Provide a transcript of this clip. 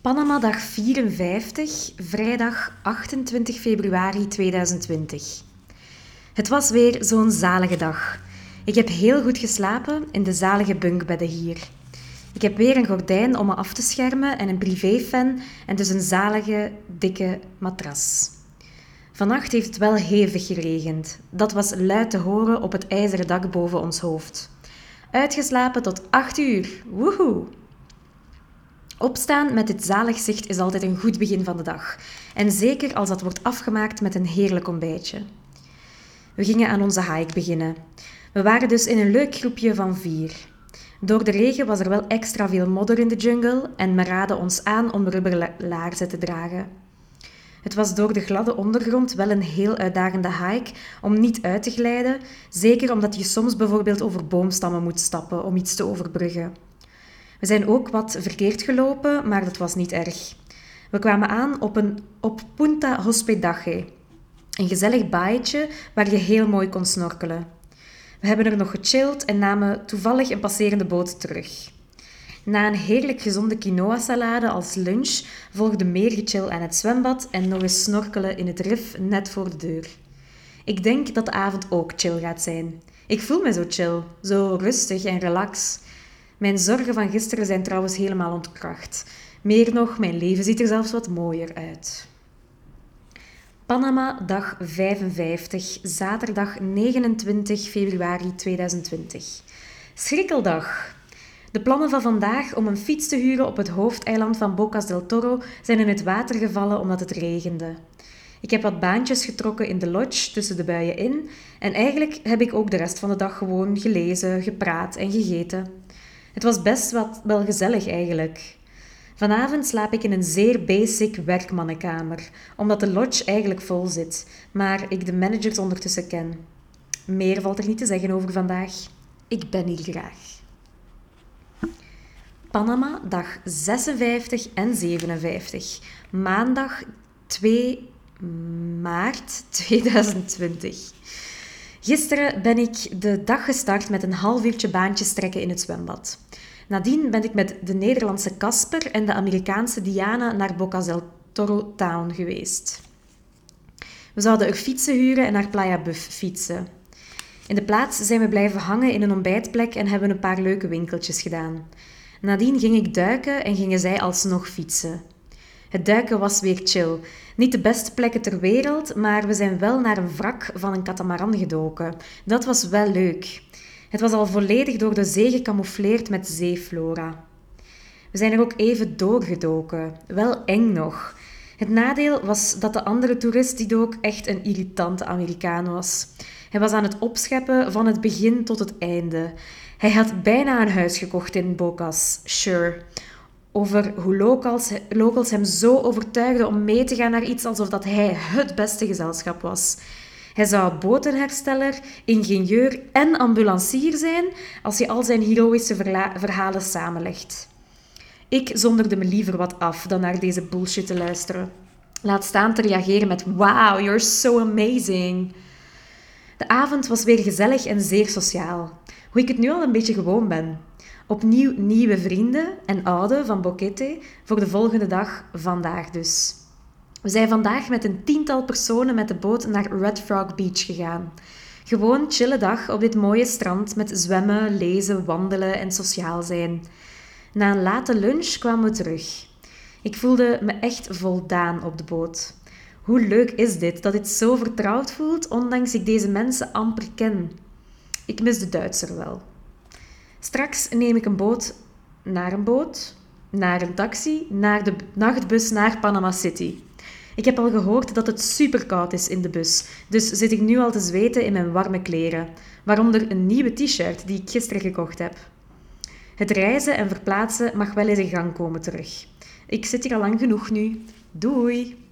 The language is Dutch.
Panama dag 54, vrijdag 28 februari 2020. Het was weer zo'n zalige dag. Ik heb heel goed geslapen in de zalige bunkbedden hier. Ik heb weer een gordijn om me af te schermen en een privéfan en dus een zalige, dikke matras. Vannacht heeft het wel hevig geregend. Dat was luid te horen op het ijzeren dak boven ons hoofd. Uitgeslapen tot 8 uur. Woehoe! Opstaan met dit zalig zicht is altijd een goed begin van de dag. En zeker als dat wordt afgemaakt met een heerlijk ontbijtje. We gingen aan onze hike beginnen. We waren dus in een leuk groepje van 4. Door de regen was er wel extra veel modder in de jungle en men raadde ons aan om rubberlaarzen te dragen. Het was door de gladde ondergrond wel een heel uitdagende hike om niet uit te glijden, zeker omdat je soms bijvoorbeeld over boomstammen moet stappen om iets te overbruggen. We zijn ook wat verkeerd gelopen, maar dat was niet erg. We kwamen aan op Punta Hospedaje, een gezellig baaietje waar je heel mooi kon snorkelen. We hebben er nog gechilled en namen toevallig een passerende boot terug. Na een heerlijk gezonde quinoa-salade als lunch volgde meer gechill aan het zwembad en nog eens snorkelen in het rif net voor de deur. Ik denk dat de avond ook chill gaat zijn. Ik voel me zo chill, zo rustig en relax. Mijn zorgen van gisteren zijn trouwens helemaal ontkracht. Meer nog, mijn leven ziet er zelfs wat mooier uit. Panama, dag 55, zaterdag 29 februari 2020. Schrikkeldag! De plannen van vandaag om een fiets te huren op het hoofdeiland van Bocas del Toro zijn in het water gevallen omdat het regende. Ik heb wat baantjes getrokken in de lodge tussen de buien in en eigenlijk heb ik ook de rest van de dag gewoon gelezen, gepraat en gegeten. Het was best wel gezellig eigenlijk. Vanavond slaap ik in een zeer basic werkmannenkamer, omdat de lodge eigenlijk vol zit, maar ik de managers ondertussen ken. Meer valt er niet te zeggen over vandaag. Ik ben hier graag. Panama, dag 56 en 57. Maandag 2 maart 2020. Gisteren ben ik de dag gestart met een half uurtje baantjes trekken in het zwembad. Nadien ben ik met de Nederlandse Casper en de Amerikaanse Diana naar Bocas del Toro Town geweest. We zouden er fietsen huren en naar Playa Buff fietsen. In de plaats zijn we blijven hangen in een ontbijtplek en hebben een paar leuke winkeltjes gedaan. Nadien ging ik duiken en gingen zij alsnog fietsen. Het duiken was weer chill. Niet de beste plekken ter wereld, maar we zijn wel naar een wrak van een katamaran gedoken. Dat was wel leuk. Het was al volledig door de zee gecamoufleerd met zeeflora. We zijn er ook even doorgedoken. Wel eng nog. Het nadeel was dat de andere toerist die dook echt een irritante Amerikaan was. Hij was aan het opscheppen van het begin tot het einde. Hij had bijna een huis gekocht in Bocas, sure. Over hoe locals hem zo overtuigden om mee te gaan naar iets alsof dat hij het beste gezelschap was. Hij zou botenhersteller, ingenieur en ambulancier zijn als je al zijn heroïsche verhalen samenlegt. Ik zonderde me liever wat af dan naar deze bullshit te luisteren. Laat staan te reageren met wow, you're so amazing. De avond was weer gezellig en zeer sociaal. Hoe ik het nu al een beetje gewoon ben. Opnieuw nieuwe vrienden en oude van Boquete voor de volgende dag, vandaag dus. We zijn vandaag met een 10-tal personen met de boot naar Red Frog Beach gegaan. Gewoon chille dag op dit mooie strand met zwemmen, lezen, wandelen en sociaal zijn. Na een late lunch kwamen we terug. Ik voelde me echt voldaan op de boot. Hoe leuk is dit, dat dit zo vertrouwd voelt, ondanks ik deze mensen amper ken. Ik mis de Duitser wel. Straks neem ik een boot, naar een taxi, naar de nachtbus naar Panama City. Ik heb al gehoord dat het superkoud is in de bus, dus zit ik nu al te zweten in mijn warme kleren, waaronder een nieuwe t-shirt die ik gisteren gekocht heb. Het reizen en verplaatsen mag wel eens in gang komen terug. Ik zit hier al lang genoeg nu. Doei!